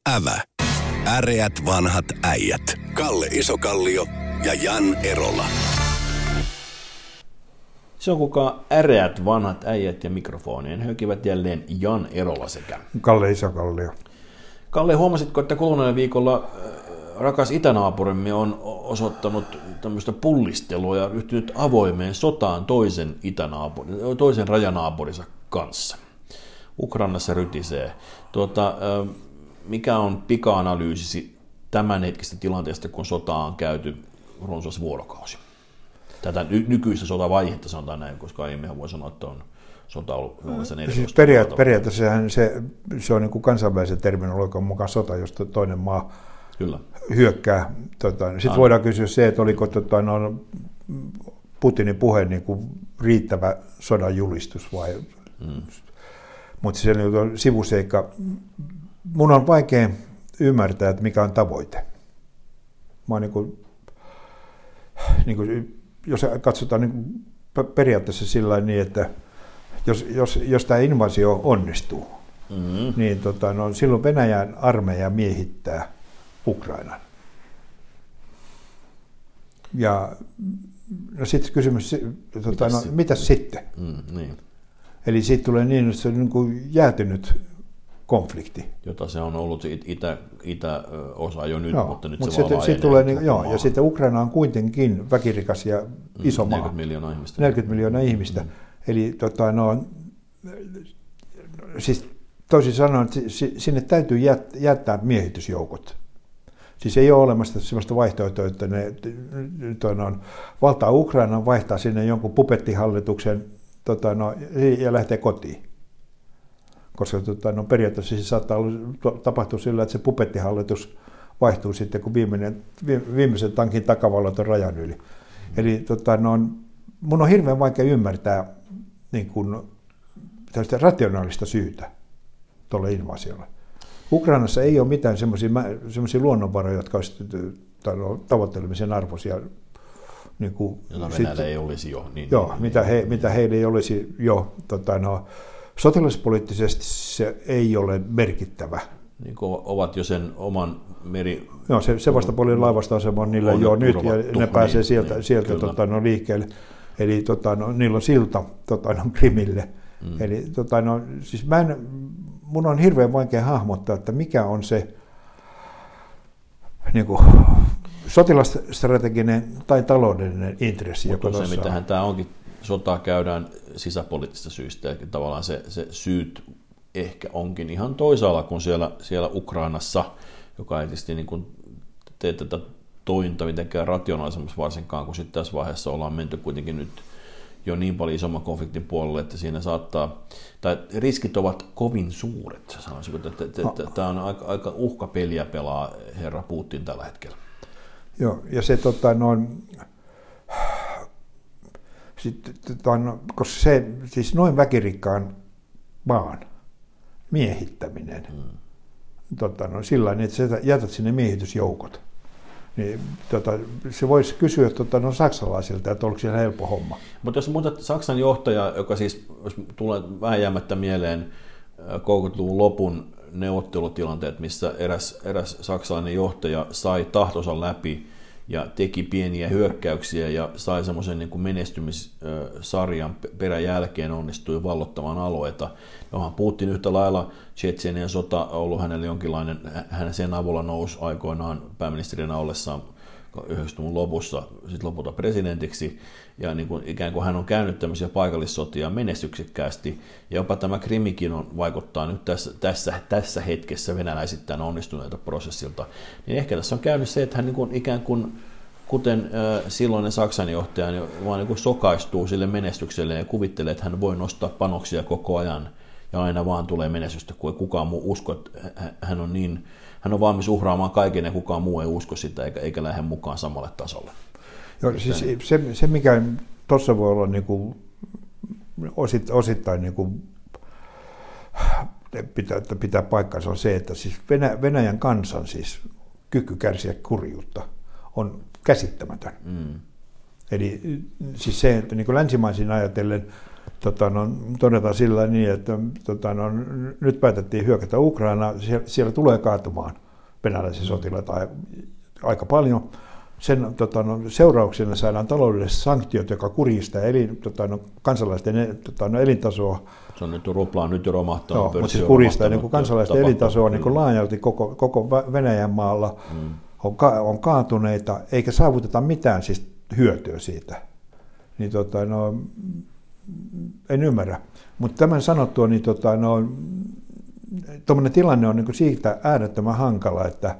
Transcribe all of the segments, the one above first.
Ävä. Äreät vanhat äijät. Kalle Isokallio ja Jan Erola. Se on kuka äreät vanhat äijät ja mikrofonien hökivät jälleen Jan Erola sekä Kalle Isokallio. Kalle, huomasitko, että kuluneella viikolla rakas itänaapurimme on osoittanut tämmöistä pullistelua ja ryhtynyt avoimeen sotaan toisen rajanaapurinsa kanssa? Ukrainassa rytisee. Mikä on pika-analyysisi tämänhetkistä tilanteesta, kun sotaa on käyty runsas vuorokausi? Tätä nykyistä sotavaihetta sanotaan näin, koska aiemminhan voi sanoa, että on sota ollut 14 siis periaatteessa se on niin kuin kansainvälisen terminologian mukaan sota, josta toinen maa Kyllä. hyökkää. Sitten voidaan kysyä se, että oliko Putinin puhe niin kuin riittävä sodan julistus vai... Mutta se on sivuseikka. Mun on vaikea ymmärtää, että mikä on tavoite. Mä oon niin kuin, jos katsotaan niin periaatteessa sillä niin, että jos tämä invasio onnistuu, niin silloin Venäjän armeija miehittää Ukrainan. Ja no sitten kysymys, mitäs sitten? Niin. Eli siitä tulee niin, että se on niin kuin jäätynyt konflikti. Jota se on ollut itäosa jo nyt, mutta nyt se vaan laajenee. Ja sitten Ukraina on kuitenkin väkirikas ja iso maa. 40 miljoonaa ihmistä. Eli siis toisin sanoen, että sinne täytyy jättää miehitysjoukot. Siis ei ole olemassa sellaista vaihtoehtoa, että ne valtaa Ukrainan, vaihtaa sinne jonkun pupettihallituksen ja lähtee kotiin. Koska periaatteessa se saattaa tapahtua sillä, että se pupettihallitus vaihtuu sitten, kun viimeisen tankin takavallot on rajan yli. Eli mun on hirveän vaikea ymmärtää niin kuin, rationaalista syytä tuolle invasiolle. Ukrainassa ei ole mitään semmoisia luonnonvaroja, jotka olisivat tavoittelemisen arvoisia. Niin kuin, jota Venäjällä ei olisi jo. Mitä heillä ei olisi jo. Sotilaspoliittisesti se ei ole merkittävä. Niin kuin ovat jo sen oman meri... Joo, se vastapuolinen laivastoasema on niillä jo nyt, ja ne pääsee sieltä liikkeelle. Eli niillä on silta Krimille. Eli siis mun on hirveän vaikea hahmottaa, että mikä on se niin kuin, sotilasstrateginen tai taloudellinen intressi. Mutta se, mitähän tämä onkin, sotaa käydään sisäpoliittisista syistä, ja tavallaan se syyt ehkä onkin ihan toisaalla kuin siellä Ukrainassa, joka ei tietysti niin kuin tee tätä tointa mitenkään rationaalisemmaksi varsinkaan, kun sitten tässä vaiheessa ollaan menty kuitenkin nyt jo niin paljon isomman konfliktin puolelle, että siinä tai riskit ovat kovin suuret, sanoisin, että tämä on aika uhkapeliä pelaa herra Putin tällä hetkellä. Joo, ja se koska se, siis noin väkirikkaan maan miehittäminen, sillä niin, että sä jätät sinne miehitysjoukot, niin se voisi kysyä saksalaisilta, että oliko siellä helppo homma. Mutta jos muutat Saksan johtaja, joka siis, jos tulee vähän jäämättä mieleen 30-luvun lopun neuvottelutilanteet, missä eräs saksalainen johtaja sai tahtonsa läpi ja teki pieniä hyökkäyksiä ja sai semmoisen niin kuin menestymissarjan perän jälkeen onnistui vallottamaan alueita, johon Putin yhtä lailla Tšetšenian sota on ollut hänelle jonkinlainen, hän sen avulla nousi aikoinaan pääministerinä ollessaan 90-luvun lopussa sit lopulta presidentiksi, ja niin kuin ikään kuin hän on käynyt tämmöisiä paikallissotia menestyksekkäästi, ja jopa tämä Krimikin vaikuttaa nyt tässä hetkessä venäläisittäin onnistuneelta prosessilta, niin ehkä tässä on käynyt se, että hän niin kuin ikään kuin, kuten silloinen Saksan johtaja, niin vaan niin kuin sokaistuu sille menestykselle ja kuvittelee, että hän voi nostaa panoksia koko ajan, ja aina vaan tulee menestystä, kun ei kukaan muu usko, että hän on valmis uhraamaan kaiken ja kukaan muu ei usko sitä eikä lähde mukaan samalle tasolle. Joo, siis se mikä tuossa voi olla niin kuin osittain niin kuin pitää paikkansa on se, että siis Venäjän kansan siis kyky kärsiä kurjuutta on käsittämätön. Eli siis se, että niin kuin länsimaisin ajatellen todetaan sillä niin, että nyt päätettiin hyökätä Ukrainaa, siellä tulee kaatumaan venäläisiä sotilaita aika paljon. Sen seurauksena saadaan taloudelliset sanktiot, joka kurjistaa kansalaisten elintasoa. Se on nyt ruplaa, nyt jo romahtanut. Mutta siis kurjistaa niin kansalaisten elintasoa niin laajalti koko Venäjän maalla. On kaatuneita, eikä saavuteta mitään siis hyötyä siitä. Niin en ymmärrä. Mutta tämän sanottua, niin tuommoinen tilanne on niin siitä äärettömän hankala, että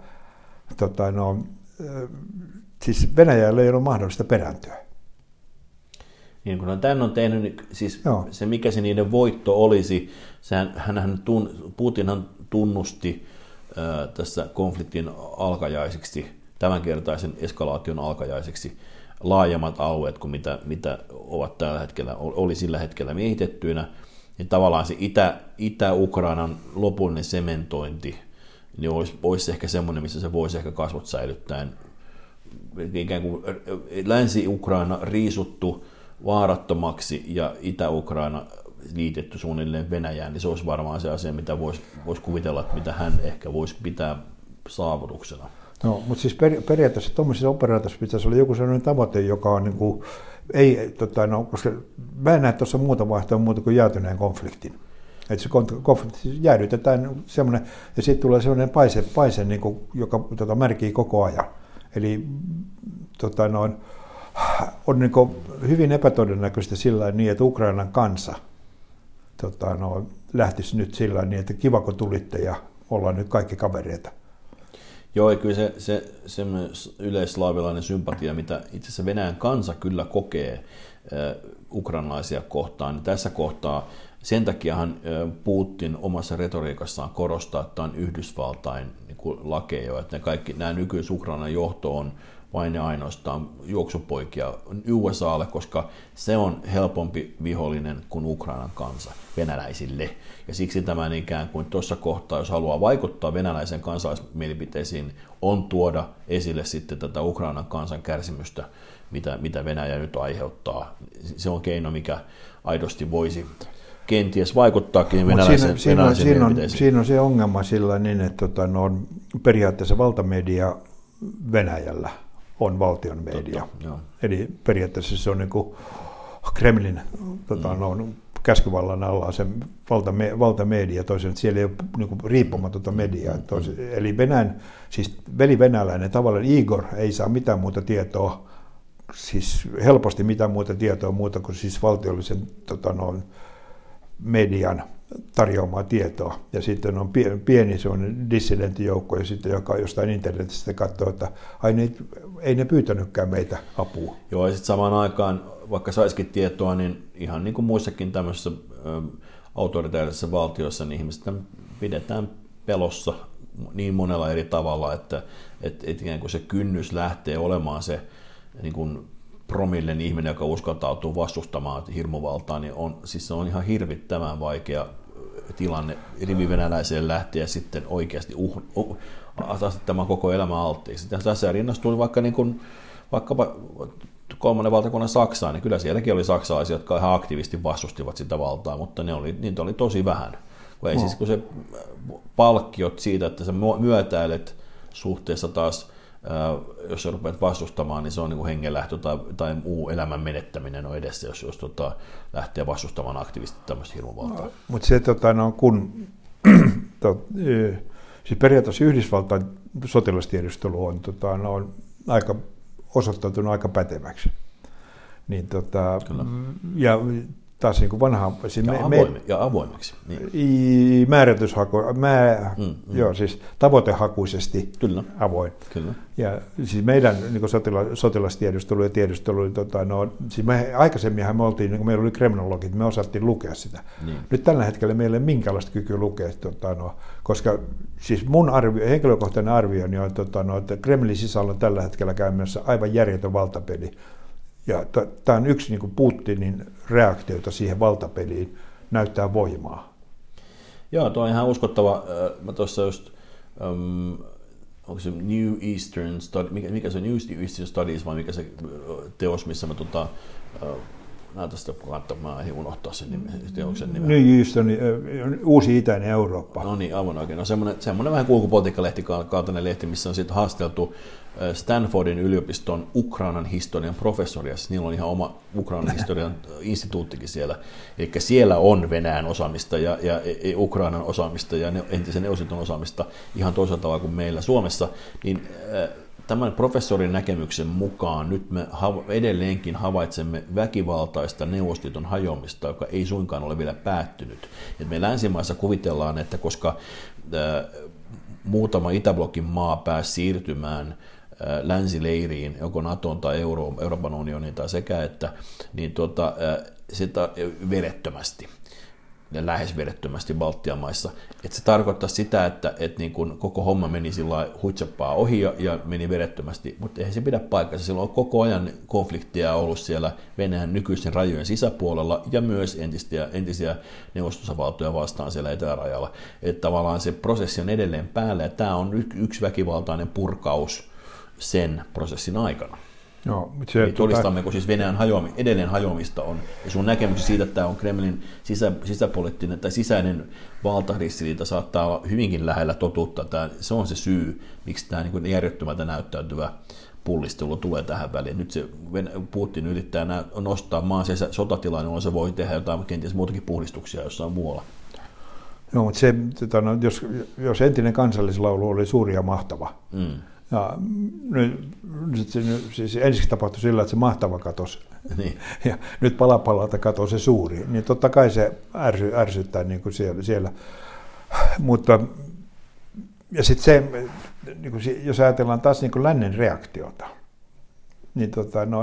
siis Venäjällä ei ole mahdollista perääntyä. Niin kun tämän on tehnyt, niin siis se mikä se niiden voitto olisi, Putinhan tunnusti tässä konfliktin alkajaisiksi, tämänkertaisen eskalaation alkajaisiksi laajemmat alueet kuin mitä ovat tällä hetkellä, oli sillä hetkellä miehitettyinä, niin tavallaan se Itä-Ukrainan lopullinen sementointi niin olisi ehkä semmoinen, missä se voisi ehkä kasvot säilyttäen ikään kuin Länsi-Ukraina riisuttu vaarattomaksi ja Itä-Ukraina liitetty suunnilleen Venäjään, niin se olisi varmaan se asia, mitä voisi kuvitella, että mitä hän ehkä voisi pitää saavutuksena. No, mutta siis periaatteessa tuollaisissa operaatioissa pitäisi olla joku sellainen tavoite, joka on koska mä en näe tuossa muuta vaihtoehtoa kuin jäätyneen konfliktin. Että se konflikti jäädytetään semmoinen, ja sitten tulee semmoinen paise niin kuin, joka märkii koko ajan. Eli on niin kuin hyvin epätodennäköistä sillä niin, että Ukrainan kansa lähtisi nyt sillä niin, että kiva kun tulitte ja ollaan nyt kaikki kavereita. Joo, kyllä se yleislaavilainen sympatia, mitä itse asiassa Venäjän kansa kyllä kokee ukrainalaisia kohtaan, niin tässä kohtaa sen takiahan Putin omassa retoriikassaan korostaa, että tämä on Yhdysvaltain niin lakeja, että nämä nykyis Ukrainan johto on vain ja ainoastaan juoksupoikia USAlle, koska se on helpompi vihollinen kuin Ukrainan kansa venäläisille. Ja siksi tämän ikään kuin tuossa kohtaa, jos haluaa vaikuttaa venäläisen kansalaismielipiteisiin, on tuoda esille sitten tätä Ukrainan kansan kärsimystä, mitä Venäjä nyt aiheuttaa. Se on keino, mikä aidosti voisi kenties vaikuttaakin venäläisen mielipiteisiin. Siinä on se ongelma sillä niin, että on periaatteessa valtamedia Venäjällä on valtion media. Eli periaatteessa se on niin kuin Kremlin käskyvallan alla se valtamedia, toisin, että siellä ei ole niin kuin riippumatonta mediaa. Eli siis veli-venäläinen tavallaan Igor ei saa mitään muuta tietoa, siis helposti mitään muuta tietoa muuta kuin siis valtiollisen median tarjoamaa tietoa. Ja sitten on pieni sellainen dissidenttijoukko, ja sitten joka jostain internetistä katsoo, että ei ne pyytänytkään meitä apua. Joo, ja sitten samaan aikaan, vaikka saisikin tietoa, niin ihan niin kuin muissakin tämmöisissä autoritaarisissa valtioissa, niin ihmiset pidetään pelossa niin monella eri tavalla, että ikään kuin se kynnys lähtee olemaan se niin kuin promillen ihminen, joka uskaltautuu vastustamaan hirmuvaltaa, niin se on ihan hirvittävän vaikea tilanne rivivenäläiselle lähteä sitten oikeasti asettamaan koko elämä alttiiksi. Tässä rinnastui vaikkapa kolmannen valtakunnan Saksaan, niin kyllä sielläkin oli saksalaisia, jotka ihan aktiivisesti vastustivat sitä valtaa, mutta niitä oli tosi vähän. Kun se palkkiot siitä, että sä myötäilet suhteessa taas, jos sä rupeat vastustamaan, niin se on niin kuin hengenlähtö tai muu elämän menettäminen on edessä, jos lähtee vastustamaan aktiivisesti tämmöistä hirmuvaltaa. Mutta se, kun siis periaatteessa Yhdysvaltain sotilastiedustelu on aika osoittautunut aika päteväksi. Niin, ja taas niin kuin vanha... Ja avoimeksi. Niin. Siis tavoitehakuisesti Kyllä. avoin. Kyllä. Ja siis meidän niin sotilastiedustelu ja tiedustelu, siis aikaisemminhan me oltiin, niin meillä oli kriminologit, me osattiin lukea sitä. Niin. Nyt tällä hetkellä meillä ei ole minkäänlaista kykyä lukea, koska siis mun henkilökohtainen arvioni on, että Kremlin sisällä on tällä hetkellä käymässä aivan järjetön valtapeli. Ja tämä on yksi niin kuin Putinin reaktiota siihen valtapeliin, näyttää voimaa. Joo, tuo on ihan uskottava. Mä tuossa just, onko se New Eastern Studies, mikä se on New Eastern Studies vai mikä se teos, missä mä näytä sitä katsomaan, ei unohtaa sen nimen. New Houston, uusi itäinen Eurooppa. No niin, aivan oikein. No semmoinen vähän kulkupolitiikkalehti, kaltainen lehti, missä on sitten haasteltu Stanfordin yliopiston Ukrainan historian professoria. Siis niillä on ihan oma Ukrainan historian instituuttikin siellä. Eli siellä on Venäjän osaamista ja Ukrainan osaamista ja entisen Neuvostoliiton osaamista ihan toisella tavalla kuin meillä Suomessa. Niin, tämän professorin näkemyksen mukaan nyt me edelleenkin havaitsemme väkivaltaista Neuvostoliiton hajoamista, joka ei suinkaan ole vielä päättynyt. Et me länsimaissa kuvitellaan, että koska muutama Itäblokin maa pääsi siirtymään länsileiriin, joko NATOon tai Euroopan unioniin tai sekä, että niin sitä verettömästi. Ja lähes verettömästi Baltian maissa. Että se tarkoittaa sitä, että niin kun koko homma meni sillä huitsappaa ohi ja meni verettömästi, mutta eihän se pidä paikkansa. Silloin on koko ajan konflikteja ollut siellä Venäjän nykyisten rajojen sisäpuolella ja myös entisiä neuvostosavaltoja vastaan siellä etärajalla. Että tavallaan se prosessi on edelleen päällä ja tämä on yksi väkivaltainen purkaus sen prosessin aikana. No, todistammeko siis Venäjän edelleen hajoamista on, ja sun näkemys siitä, että tämä on Kremlin sisäpoliittinen tai sisäinen valtaristiriita saattaa olla hyvinkin lähellä totuutta. Se on se syy, miksi tämä niin järjettömältä näyttäytyvä pullistelu tulee tähän väliin. Nyt se Putin yrittää nostaa maan sotatilaan, jolloin se voi tehdä jotain kenties muutakin puhdistuksia jossain muualla. No, mutta jos entinen kansallislaulu oli suuri ja mahtava, ja siis ensiksi tapahtui sillä, että se mahtava katosi, niin. Ja nyt pala-palalta katosi se suuri, niin totta kai se ärsyttää niin kuin siellä. Mutta, ja sitten se, niin kuin, jos ajatellaan taas niin kuin lännen reaktiota, niin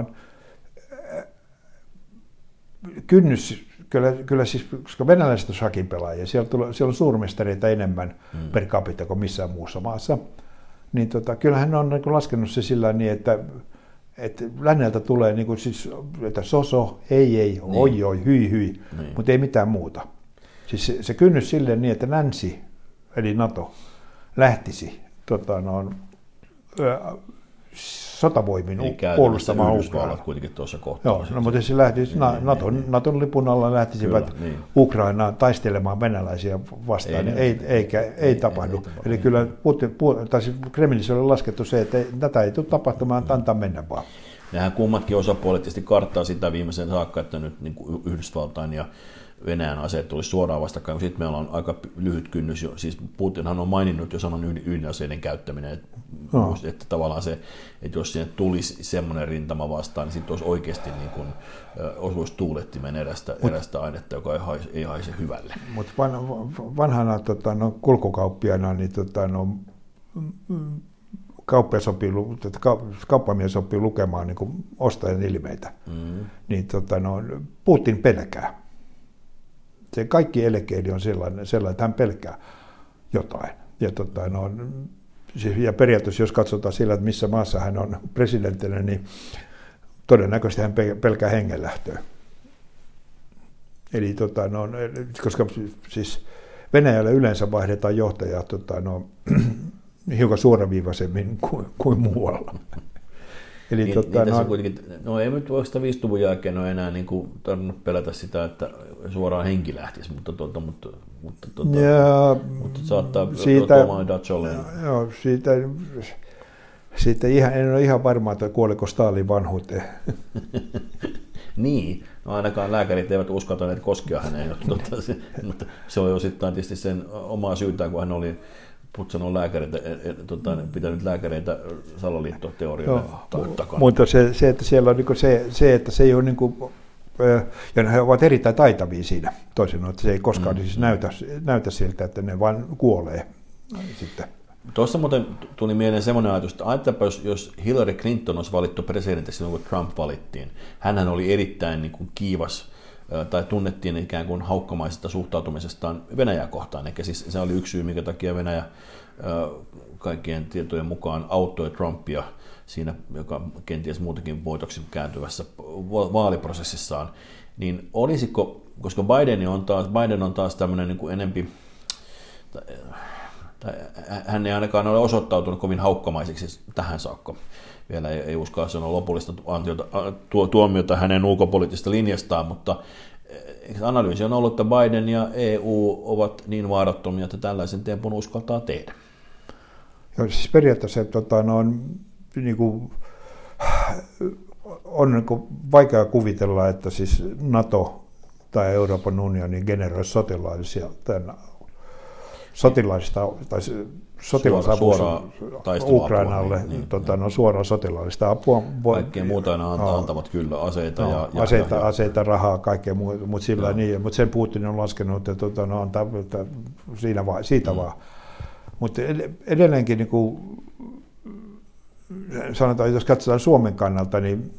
kynnys, kyllä siis, koska venäläiset on shakin-pelaajia, siellä on suurmestareita enemmän per capita kuin missään muussa maassa, niin kyllähän on niin laskenut se sillä niin, että länneltä tulee niin kuin siis, että soso, ei, oi, hyi, mutta ei mitään muuta. Siis se kynnys silleen niin, että länsi, eli NATO, lähtisi sotavoimin puolustamaan Ukrainaa. Kuitenkin tuossa kohtaa. Joo, no, mutta se lähtisi, Naton lipun alla lähtisivät Ukrainaan taistelemaan venäläisiä vastaan, ei tapahdu. Eli kyllä Kremlissä oli laskettu se, että tätä ei tule tapahtumaan, antaa mennä vaan. Nehän kummatkin osapuolet tietysti karttaa sitä viimeiseen saakka, että nyt niin kuin Yhdysvaltain ja Venäjän aseet tulisi suoraan vastakkain, kun sitten meillä on aika lyhyt kynnys. Siis Putinhan on maininnut jo sanon ydinaseiden käyttäminen, että tavallaan se, että jos sinne tulisi semmoinen rintama vastaan, niin sitten olisi oikeasti niin kuin, osuisi tuulettimen erästä ainetta, joka ei haise hyvälle. Mutta vanhana kulkukauppiaana, niin kauppamies oppii lukemaan niin ostajan ilmeitä. Niin Putin pelkää. Se kaikki elekeili on sellainen, että hän pelkää jotain. Ja periaatteessa, jos katsotaan sillä, että missä maassa hän on presidenttinä, niin todennäköisesti hän pelkää hengenlähtöä. Eli koska siis Venäjällä yleensä vaihdetaan johtajaa hiukan suoraviivaisemmin kuin muualla. Eli ei nyt voi sitä 50-luvun jälkeen ole enää niin tarvinnut pelätä sitä, että suoraan henki lähtisi, mutta saattaa tuomaan Dacholeen. Joo, siitä en ole ihan varma, että kuoliko Stalin vanhuuteen. Niin, no ainakaan lääkärit eivät uskaltaneet koskea häneen, mutta se oli osittain tietysti sen omaa syytään, kun hän oli putsannut lääkäreitä, pitänyt lääkäreitä salaliittoteorioiden takana. Mutta se, että siellä on se, että se ei ole niin kuin, ja he ovat erittäin taitavia siinä toisin, että se ei koskaan siis näytä siltä, että ne vaan kuolee sitten. Tuossa muuten tuli mieleen semmoinen ajatus, että ajatellaanpa, jos Hillary Clinton olisi valittu presidentiksi silloin, kun Trump valittiin. Hänhän oli erittäin niin kuin kiivas, tai tunnettiin ikään kuin haukkamaisesta suhtautumisestaan Venäjää kohtaan. Eli siis se oli yksi syy, minkä takia Venäjä kaikkien tietojen mukaan auttoi Trumpia siinä, joka kenties muutenkin voitoksi kääntyvässä vaaliprosessissaan. Niin olisiko, koska Biden on taas tämmöinen niin kuin enempi, hän ei ainakaan ole osoittautunut kovin haukkamaiseksi tähän saakka. Vielä ei uskalla sanoa lopullista tuomiota hänen ulkopoliittisesta linjastaan, mutta analyysi on ollut, että Biden ja EU ovat niin vaarattomia, että tällaisen tempun uskaltaa tehdä. Joo, siis periaatteessa on vaikea kuvitella, että siis NATO tai Euroopan unioni generoisi sotilaisapua Ukrainalle, suoraan sotilaallista apua. Kaikkea muuta aina antavat kyllä, aseita aseita, rahaa, kaikkea muuta, mutta sen Putin on laskenut, että antaa siitä vaan. Mutta edelleenkin niin kuin sanotaan, jos katsotaan Suomen kannalta, niin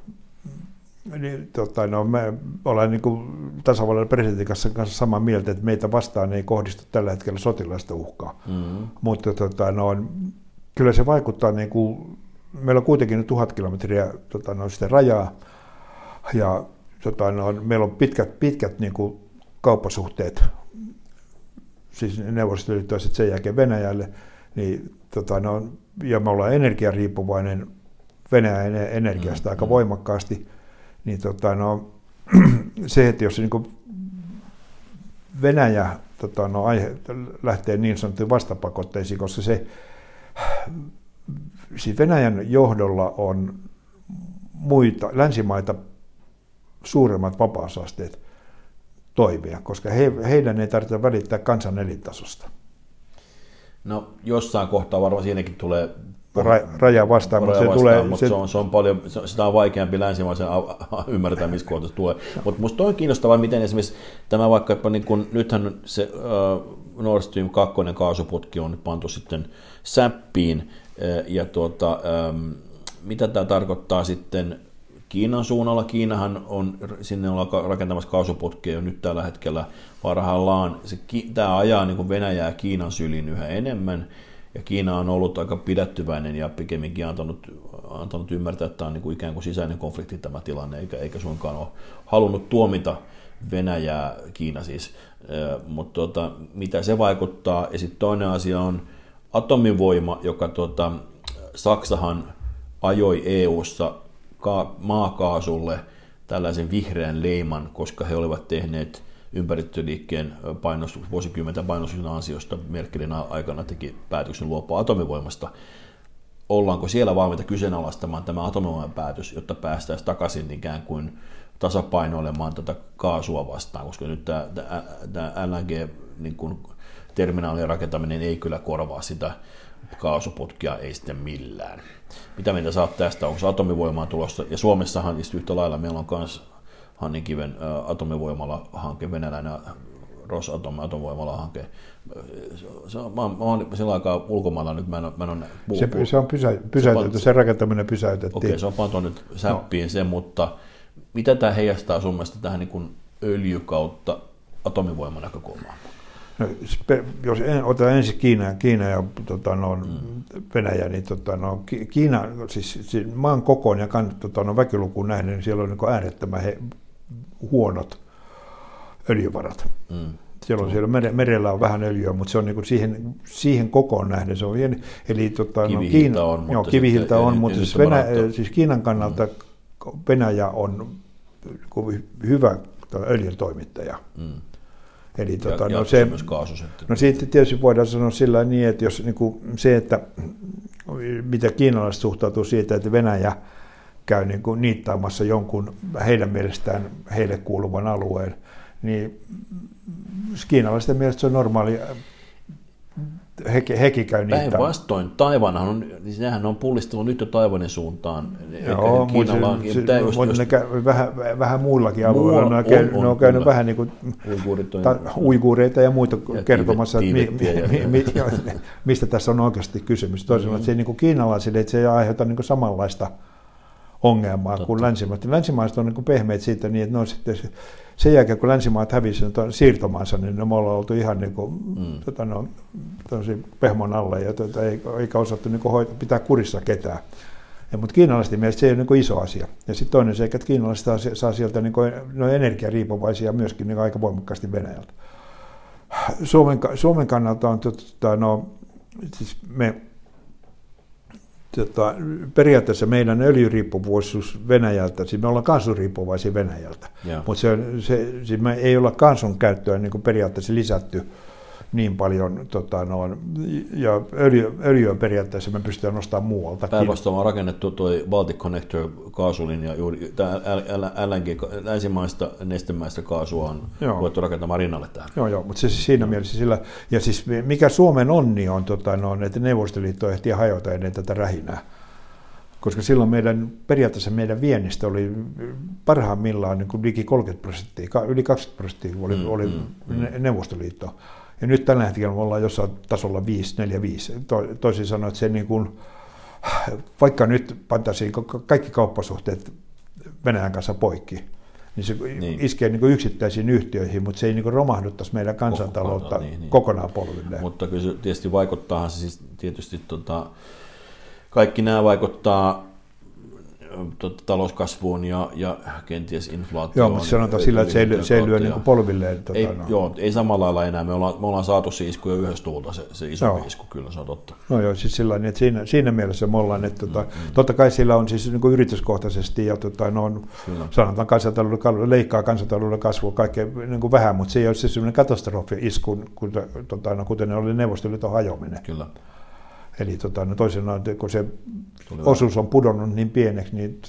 me ollaan niin kuin tasavallan presidentin kanssa samaa mieltä, että meitä vastaan ei kohdistu tällä hetkellä sotilaista uhkaa. Mm-hmm. Mutta kyllä se vaikuttaa, niin kuin, meillä on kuitenkin 1000 kilometriä sitä rajaa, ja meillä on pitkät niin kuin kauppasuhteet, siis neuvostoliittolaiset sen jälkeen Venäjälle, niin, ja me ollaan energiariippuvainen Venäjän energiasta aika voimakkaasti, niin se, että jos niin Venäjä lähtee niin sanottuun vastapakotteisiin, koska siis Venäjän johdolla on muita länsimaita suuremmat vapausasteet toimia, koska heidän ei tarvitse välittää kansan elintasosta. No jossain kohtaa varmaan siinäkin tulee raja vastaan, mutta se on paljon, sitä on vaikeampi länsimaisen ymmärtää, missä kohtaa tulee. Mutta minusta on kiinnostavaa, miten esimerkiksi tämä vaikka, niin kun, nythän se Nord Stream 2 kaasuputki on nyt pantu sitten säppiin, ja mitä tämä tarkoittaa sitten Kiinan suunnalla. Kiinahan on sinne ollaan rakentamassa kaasuputkia jo nyt tällä hetkellä parhaillaan. Tämä ajaa niin kuin Venäjää ja Kiinan syliin yhä enemmän, ja Kiina on ollut aika pidättyväinen ja pikemminkin antanut ymmärtää, että tämä on niin kuin ikään kuin sisäinen konflikti tämä tilanne, eikä suinkaan ole halunnut tuomita Venäjää, Kiina siis, mutta mitä se vaikuttaa. Ja sitten toinen asia on atomivoima, joka Saksahan ajoi EU:ssa maakaasulle tällaisen vihreän leiman, koska he olivat tehneet ympäristöliikkeen vuosikymmenten painostuksen ansiosta Merkelin aikana teki päätöksen luopua atomivoimasta. Ollaanko siellä valmiita kyseenalaistamaan tämä atomivoiman päätös, jotta päästäisiin takaisin ikään kuin tasapainoilemaan tätä kaasua vastaan, koska nyt tämä LNG-terminaalien rakentaminen ei kyllä korvaa sitä kaasuputkia, ei sitten millään. Mitä mieltä saat tästä? Onko atomivoimaa tulossa? Ja Suomessahan yhtä lailla meillä on myös Hanhikiven atomivoimala-hanke, venäläinen Rosatom atomivoimala-hanke. Mä oon sillä aikaa ulkomailla nyt, se on pysäytetty, sen rakentaminen pysäytettiin. Okei, se on pantu nyt säppiin se, mutta mitä tämä heijastaa sun mielestä tähän niin kuin öljy kautta atomivoiman näkökulmaan? No, jos otetaan ensin Kiina ja Venäjä, niin Kiina, siis maan kokoon ja väkilukuun nähden, niin siellä on niin äärettömän huonot öljyvarat. Siellä merellä on vähän öljyä, mutta se on niin siihen kokoon nähden se on pieni. Eli kivihiiltä on, mutta siis Kiinan kannalta Venäjä on hyvä öljyn toimittaja. Eli siitä tietysti voidaan sanoa sillä niin, että jos se, että mitä kiinalaiset suhtautuu siitä, että Venäjä käy niittaamassa jonkun heidän mielestään heille kuuluvan alueen, niin kiinalaisten mielestä se on normaali. Hekin käy niittämään. Päinvastoin, Taiwanhan on, niin sehän on pullistellut nyt jo Taiwanin suuntaan. Joo, mutta vähän muillakin alueilla. Ne on käynyt vähän niin kuin uiguureita ja muita kertomassa, mistä tässä on oikeasti kysymys. Toisaalta että se niin kuin kiinalaisille, että se ei aiheuta niin kuin samanlaista ongelmaa kuin länsimaiset. Länsimaiset on niin kuin pehmeät siitä, niin että ne on sitten sen jälkeen, kun länsimaat hävisivät siirtomaansa, niin me ollaan oltu ihan niin kuin, pehmon alle, eikä osattu niin kuin pitää kurissa ketään. Mutta kiinalaisten mielestä se ei ole niin kuin iso asia. Ja sitten toinen seikka, että kiinalaiset saa sieltä niin kuin, energiariippuvaisia myöskin niin aika voimakkaasti Venäjältä. Suomen kannalta on siis periaatteessa meidän öljyriippuvuus Venäjältä, siis me ollaan kaasuriippuvaisia Venäjältä, mutta siis me ei olla kaasun käyttöä niin kuin periaatteessa lisätty niin paljon, ja öljyä periaatteessa me pystytään nostamaan muualta. Päinvastoin on rakennettu tuo Baltic Connector kaasulinja, juuri LNG, länsimaista nestemäistä kaasua on voitu rakentamaan rinnalle tähän. Joo, mutta se siinä mielessä sillä, ja siis mikä Suomen onni on, että Neuvostoliitto ehti hajota ennen tätä rähinää. Koska silloin periaatteessa meidän viennistä oli parhaimmillaan niin kuin liki 30%, yli 20% oli Neuvostoliitto. Ja nyt tällä hetkellä me ollaan jossain tasolla 5-4-5. Toisin sanoen, että se niin kuin, vaikka nyt pantaisiin kaikki kauppasuhteet Venäjän kanssa poikki, niin se iskee niin kuin yksittäisiin yhtiöihin, mutta se ei niin kuin romahduttaisi meidän kansantaloutta kokonaan polvilleen. Mutta kyllä se tietysti vaikuttaahan se siis tietysti kaikki nämä vaikuttaa talouskasvuun ja kenties inflaatioon. Joo, mutta sanotaan sillä, että se lyö niin kuin polvilleen. Ei samalla lailla enää. Me ollaan saatu se isku jo yhdessä tuulta, se iso isku, kyllä se on totta. No joo, siis sillä että siinä mielessä me ollaan, että totta kai sillä on siis niin kuin yrityskohtaisesti ja sanotaan kansantalouden leikkaa kansantalouden kasvua kaikkea niin kuin vähän, mutta se ei ole siis sellainen katastrofi-isku, kuten oli Neuvostoliiton hajoaminen. Kyllä. Eli toisenaan, kun se osuus on pudonnut niin pieneksi, niin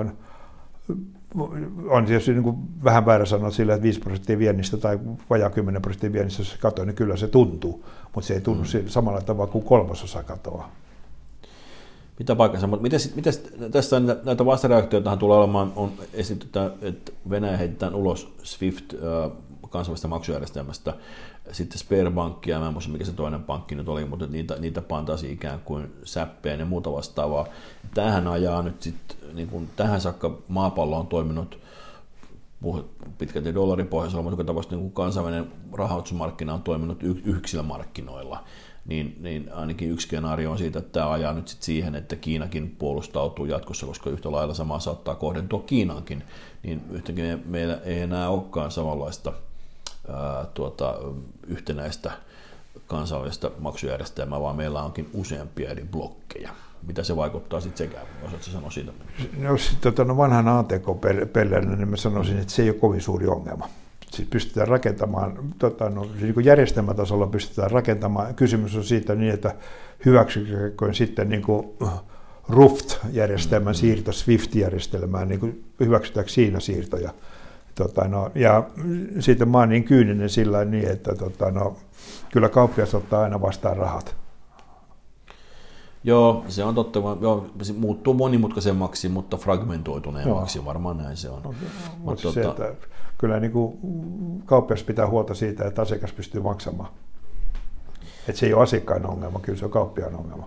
on tietysti niin kuin vähän väärä sanoa sillä, että 5% viennistä tai vajaa 10% viennistä, jos se katoaa, niin kyllä se tuntuu, mutta se ei tunnu samalla tavalla kuin 1/3 katoaa. Mitä paikassa, mutta miten tässä näitä vastareaktioita tulee olemaan, on esitetään, että Venäjä heitetään ulos SWIFT kansainvälisestä maksujärjestelmästä, sitten Sberbankia, mä en muista mikä se toinen pankki nyt oli, mutta niitä pantaisiin ikään kuin säppeen ja muuta vastaavaa. Tämähän ajaa nyt sitten, niin kuin tähän saakka maapallo on toiminut pitkälti dollaripohjaisella, mutta joka tapauksessa niin kansainvälinen rahoitusmarkkina on toiminut yksilömarkkinoilla. Niin ainakin yksi skenaario on siitä, että tämä ajaa nyt sit siihen, että Kiinakin puolustautuu jatkossa, koska yhtä lailla samaa saattaa kohdentua Kiinaankin, niin yhtäkkiä meillä ei enää olekaan samanlaista yhtenäistä kansainvälistä maksujärjestelmää, vaan meillä onkin useampia eri blokkeja. Mitä se vaikuttaa sitten sekään? Osaatko sanoa siitä? No, vanhan ATK-pelleränä niin mä sanoisin, että se ei ole kovin suuri ongelma. Siis pystytään rakentamaan, niin kuin järjestelmätasolla pystytään rakentamaan. Kysymys on siitä niin, että hyväksykö sitten niin kuin RUFT-järjestelmän siirto SWIFT-järjestelmään, niin kuin hyväksytäänkö siinä siirtoja. Ja sitten mä oon niin kyyninen sillä niin, että kyllä kauppias ottaa aina vastaan rahat. Joo, se on totta. Joo, se muuttuu monimutkaisemmaksi, mutta fragmentoituneemmaksi, varmaan näin se on. Mutta se, että kyllä niin kuin kauppias pitää huolta siitä, että asiakas pystyy maksamaan. Että se ei ole asiakkaan ongelma, kyllä se on kauppiaan ongelma.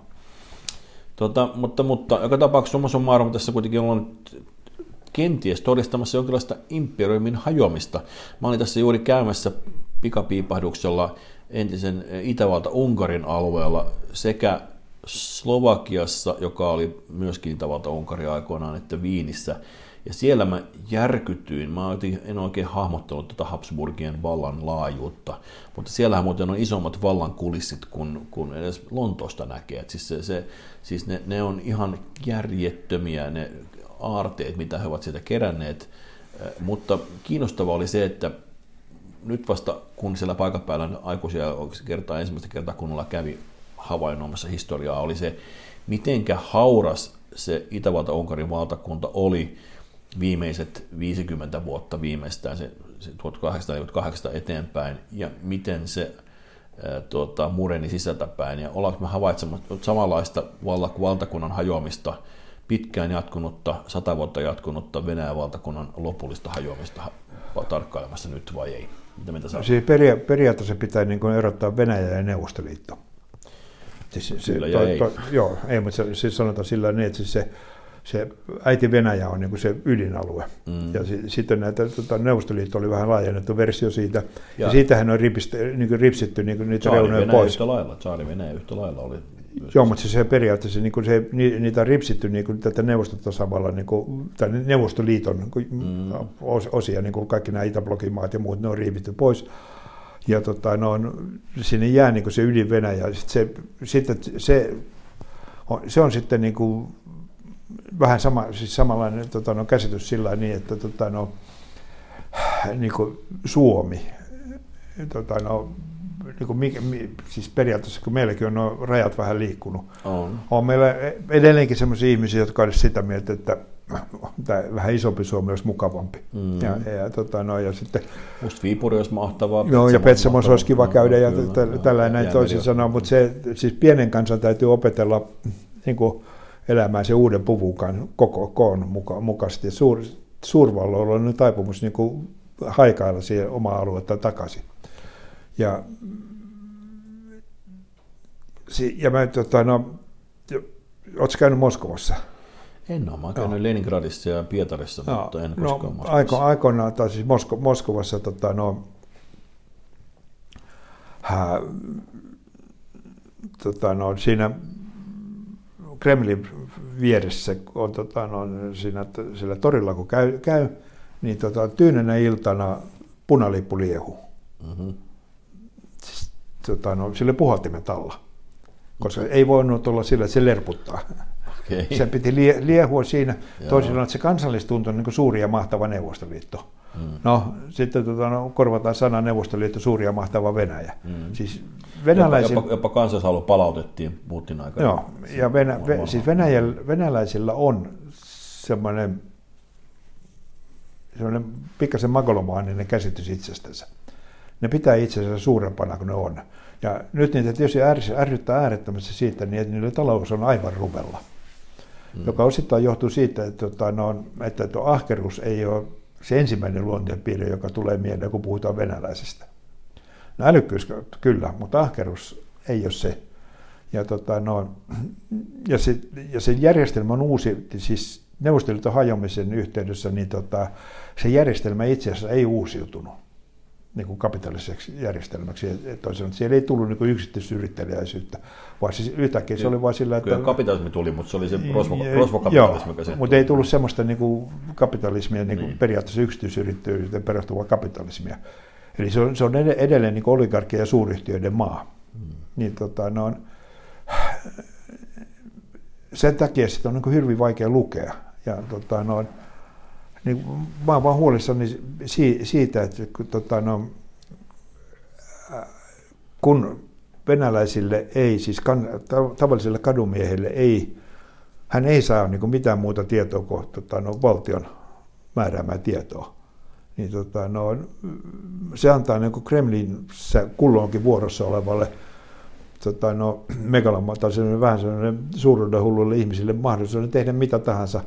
Mutta joka tapauksessa summa summarum tässä kuitenkin on kenties todistamassa jonkinlaista imperiumin hajoamista. Mä olin tässä juuri käymässä pikapiipahduksella entisen Itävalta-Unkarin alueella sekä Slovakiassa, joka oli myöskin Itävalta-Unkaria aikoinaan, että Viinissä. Ja siellä mä järkytyin. Mä en oikein hahmottanut tätä Habsburgien vallan laajuutta, mutta siellähän muuten on isommat vallan kulissit kuin edes Lontoosta näkee. Et siis ne on ihan järjettömiä ne aarteet, mitä he ovat sieltä keränneet, mutta kiinnostavaa oli se, että nyt vasta kun siellä paikan päällä aikuisia ensimmäistä kertaa kunnolla kävi havainnoimassa historiaa, oli se, mitenkä hauras se Itävalta-Unkarin valtakunta oli viimeiset 50 vuotta viimeistään, se 1848 eteenpäin, ja miten se mureni sisältäpäin, ja ollaanko me havaitsemassa samanlaista valtakunnan hajoamista, pitkään jatkunutta, 100 vuotta jatkunutta Venäjän valtakunnan lopullista hajoamista tarkkailemassa nyt vai ei? Mitä siis periaatteessa pitää niin kuin erottaa Venäjä ja Neuvostoliitto. Kyllä ja ei. Joo, ei, mutta siis sanotaan sillä niin, että siis se äiti Venäjä on niin kuin se ydinalue. Ja sitten Neuvostoliitto oli vähän laajennettu versio siitä. Ja siitähän on ripsitty niin niitä reunoja pois. Tsaari Venäjä yhtä lailla oli. Joo, mutta se periaatteessa niin kuin niitä on ripsitty niin kuin tätä Neuvostotasavallan, niin kuin, tai Neuvostoliiton osia, niin kuin kaikki nämä Itäblokin maat ja muut, ne on riivitty pois. Ja sinne jää niin kuin se ydin-Venäjä. Se on sitten niin kuin vähän siis samanlainen käsitys sillä niin, että niin kuin Suomi, niin kuin siis periaatteessa, kun meilläkin on nuo rajat vähän liikkunut, on meillä edelleenkin sellaisia ihmisiä, jotka ovat sitä mieltä, että tämä vähän isompi Suomi olisi mukavampi. Ja sitten musta Viipuri olisi mahtavaa. Joo, ja Petsamossa olisi kiva käydä ja tällainen toisin sanoen, mutta se, siis pienen kansan täytyy opetella niin kuin elämään se uuden puvun koko koon mukaisesti. Suurvalloilla on nyt taipumus niin kuin haikailla siihen omaa aluetta takaisin. Ja mä ootko käynyt Moskovassa? En ole. Mä oon käynyt Leningradissa ja Pietarissa, mutta en koskaan Moskovassa. Aikoinaan, tai siis Moskovassa siinä Kremlin vieressä on sillä torilla, kun käy niin tyynenä iltana punalippu liehuu. Mm-hmm. Sille puhaltimet alla, koska ei voinut olla sillä, että se lerputtaa. Okay. Sen piti liehua siinä. Toisin että se kansallistunto on niin kuin suuri ja mahtava Neuvostoliitto. No, sitten korvataan sana Neuvostoliitto, suuri ja mahtava Venäjä. Siis jopa kansallishalu palautettiin Putin aikana. Joo, ja siis venäläisillä on semmoinen pikkasen magalomaaninen käsitys itsestänsä. Ne pitää itsensä suurempana kuin ne on. Ja nyt niitä tietysti ärsyttää äärettömästi siitä, niin että niiden talous on aivan ruvella. Joka osittain johtuu siitä, että ahkeruus ei ole se ensimmäinen luonteenpiirre, joka tulee mieleen, kun puhutaan venäläisestä. No, älykkyys kyllä, mutta ahkeruus ei ole se. Ja se järjestelmä on uusi, siis Neuvostoliiton hajoamisen yhteydessä, niin se järjestelmä itse asiassa ei uusiutunut niin kuin kapitaliseksi järjestelmäksi. Siellä ei tullut niin kuin yksityisyrittäjäisyyttä, vaan siis yhtäkkiä se oli vain sillä, että... Kyllä kapitalismi tuli, mutta se oli se rosvokapitalismi. Joo, mutta ei tullut semmoista niin kuin kapitalismia, niin kuin periaatteessa yksityisyrittäjyyteen perustuvaa kapitalismia. Eli se on edelleen niin kuin oligarkkien ja suuryhtiöiden maa. Niin, sen takia sitä on niin kuin hyvin vaikea lukea. Ja, niin mä oon vaan huolissani siitä, että kun venäläisille ei, siis tavallisille kadumiehille ei, hän ei saa niin kuin mitään muuta tietoa kuin valtion määräämää tietoa, niin se antaa niin kuin Kremlissä kulloinkin vuorossa olevalle tai vähän sellainen suuruudenhulluille ihmisille mahdollisuuden tehdä mitä tahansa.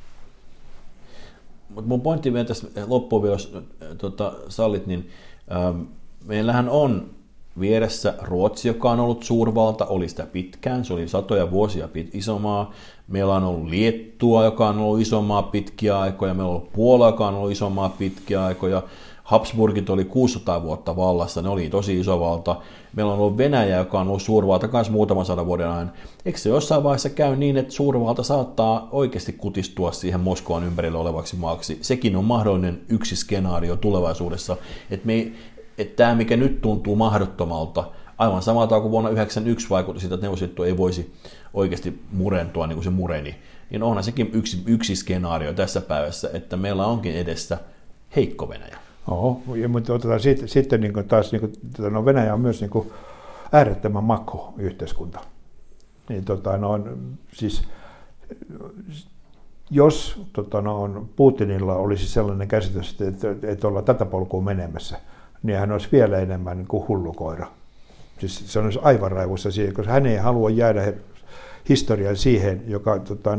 Mutta mun pointti vielä tässä loppuun, jos sallit, niin meillähän on vieressä Ruotsi, joka on ollut suurvalta, oli sitä pitkään, se oli satoja vuosia iso maa. Meillä on ollut Liettua, joka on ollut iso maa pitkiä aikoja, meillä on ollut Puola, joka on ollut iso maa pitkiä aikoja. Habsburgit oli 600 vuotta vallassa, ne oli tosi iso valta. Meillä on ollut Venäjä, joka on ollut suurvalta myös muutaman 100 vuoden ajan. Eikö se jossain vaiheessa käy niin, että suurvalta saattaa oikeasti kutistua siihen Moskovan ympärillä olevaksi maaksi? Sekin on mahdollinen yksi skenaario tulevaisuudessa, että tämä, mikä nyt tuntuu mahdottomalta, aivan samalta kuin vuonna 1991 vaikutti siitä, että Neuvostoliitto ei voisi oikeasti murentua niin kuin se mureni, niin onhan sekin yksi skenaario tässä päivässä, että meillä onkin edessä heikko Venäjä. Oho, mutta otetaan sitten niin taas, niin Venäjä on myös niin äärettömän makko-yhteiskunta. Niin, siis, jos Putinilla olisi sellainen käsitys, että ollaan tätä polkua menemässä, niin hän olisi vielä enemmän niin kuin hullukoira. Siis se olisi aivan raivossa siihen, koska hän ei halua jäädä historiaan siihen, joka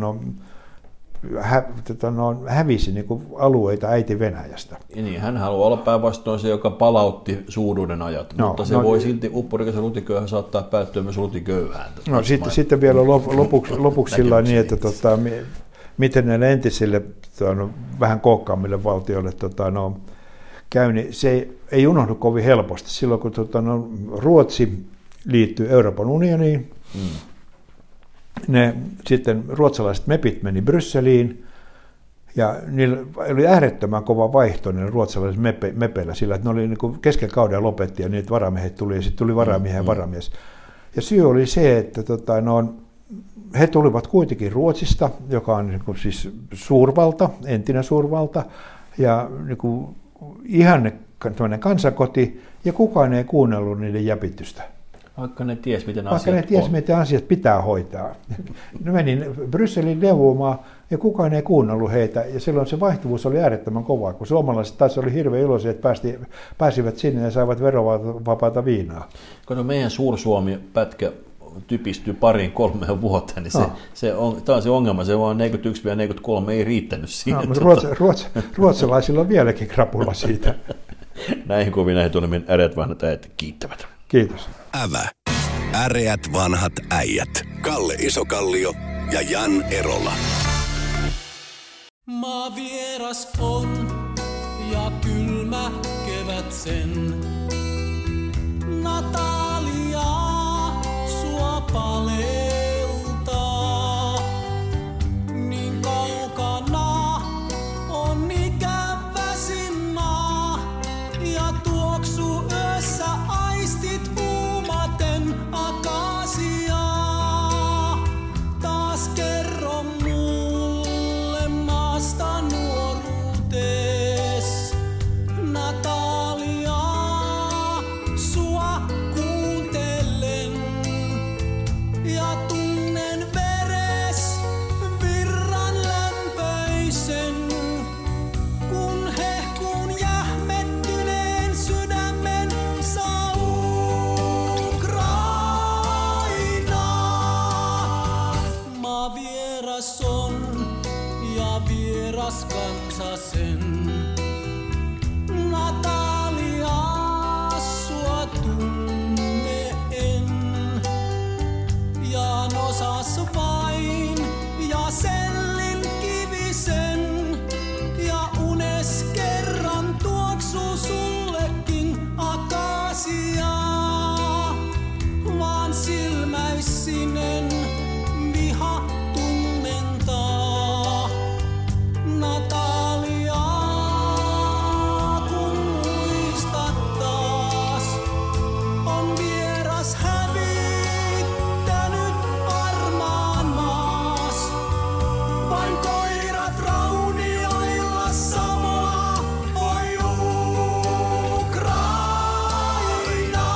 hävisi niin kuin alueita äiti Venäjästä. Niin, hän haluaa olla päinvastoin se, joka palautti suuruuden ajat, mutta se voi silti uppurikas lutiköyhä saattaa päättyä myös lutiköyhään. No, sitten vielä lopuksi sillä niin, että miten näille entisille vähän kookkaammille valtioille käy, niin se ei unohdu kovin helposti. Silloin kun Ruotsi liittyi Euroopan unioniin, sitten ruotsalaiset mepit meni Brysseliin Ja niillä oli äärettömän kova vaihto niillä ruotsalaisilla mepeillä sillä, että ne oli niin kesken kauden lopetti ja niitä varamiehet tuli ja sitten tuli varamiehen ja varamies. Ja syy oli se, että he tulivat kuitenkin Ruotsista, joka on niin siis suurvalta, entinen suurvalta ja niin ihanne kansankoti ja kukaan ei kuunnellut niiden jäpitystä. Vaikka ne ties, miten asiat pitää hoitaa. Ne meni Brysselin neuvomaan ja kukaan ei kuunnellut heitä. Ja silloin se vaihtuvuus oli äärettömän kovaa, kun suomalaiset taas oli hirveän iloisia, että pääsivät sinne ja saivat verovapaata viinaa. Kun meidän Suur-Suomi-pätkä typistyy 2-3 vuotta, niin tämä on se ongelma. Se vaan 41-43 ei riittänyt siinä. No, mutta ruotsalaisilla on vieläkin krapula siitä. Näihin kovin näihin tuonne äreät vanhat äijät kiittävät. Kiitos. Ävä. Äreät vanhat äijät. Kalle Isokallio ja Jan Erola. Maa vieras on ja kylmä kevät sen. Natalia sua paleltaa. Niin kaukana on ikäväsin maa ja tuoksu yössä aistit huumaten akasiaa. Taas kerro mulle maasta nuoruutes, Natalia, sua kuuntelen ja tunnen veres virran lämpöisen, kun hehkuun jähmettyneen sydämen saa Ukrainaa. Maa vieras on ja vieras kansa sen. Natalia, sua tunne en. Ja osas vain ja sellin kivisen. Ja unes kerran tuoksu sullekin akasiaa. Vaan silmäissinen viha tummentaa. Natalia, kun muistat taas, on vieras hävittänyt armaan maas. Vain koirat raunioilla samoa, oi Ukraina.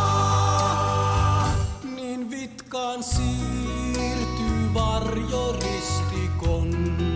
Niin vitkaan siirtyy varjoristikon.